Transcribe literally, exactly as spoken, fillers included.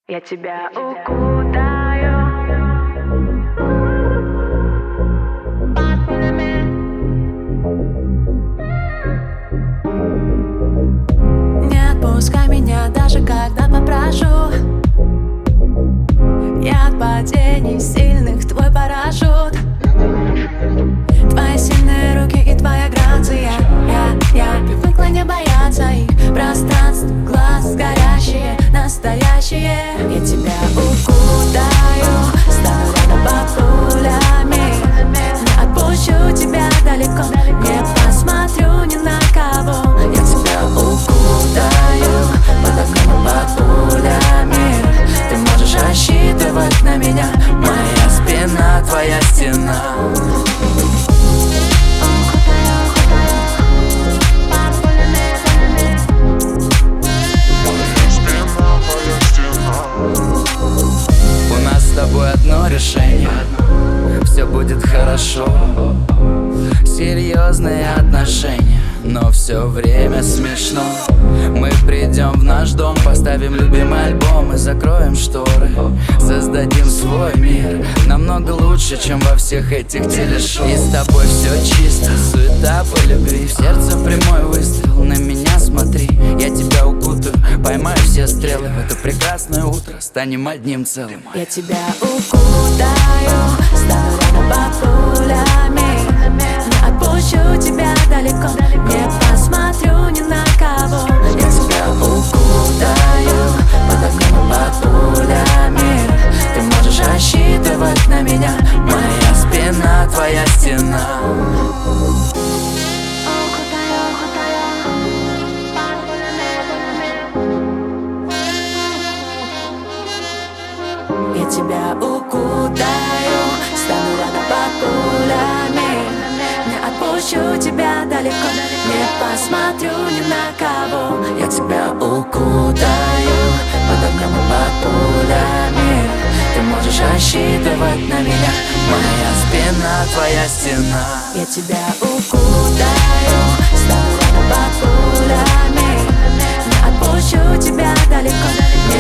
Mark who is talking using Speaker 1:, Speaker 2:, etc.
Speaker 1: Я тебя укутаю под пулями. Не отпускай меня, даже когда попрошу. Я от падений сильных твой парашют. Твои сильные руки и твоя грация. Я, я привыкла не бояться их пространств, глаз горящие, настоящие. Я тебя укутаю, стану рядом под пулями. Не отпущу тебя далеко, не посмотрю ни на кого. Я тебя укутаю под окном и под пулями. Ты можешь рассчитывать на меня, моя спина, твоя стена. Одно решение, все будет хорошо. Серьезные отношения, но все время смешно. Мы придем в наш дом, поставим любимый альбом и закроем шторы. Создадим свой мир, намного лучше, чем во всех этих телешоу. И с тобой все чисто, суета по любви. В сердце прямой выстрел, на меня смотри. Я тебя укутаю, поймаю все стрелы. В это прекрасное утро станем одним целым. Я тебя укутаю, стану рядом под пулями. Не отпущу тебя далеко, не посмотрю ни на кого.
Speaker 2: Я тебя укутаю под окном и под пулями.
Speaker 1: Ты можешь рассчитывать на меня,
Speaker 2: моя спина, твоя стена.
Speaker 1: Я тебя укутаю, стану рядом под пулями. Не отпущу тебя далеко, не посмотрю ни на кого.
Speaker 2: Я тебя укутаю под окном и под пулями. Ты можешь рассчитывать на меня, моя спина, твоя стена.
Speaker 1: Я тебя укутаю, стану рядом под пулями. Не отпущу тебя далеко, не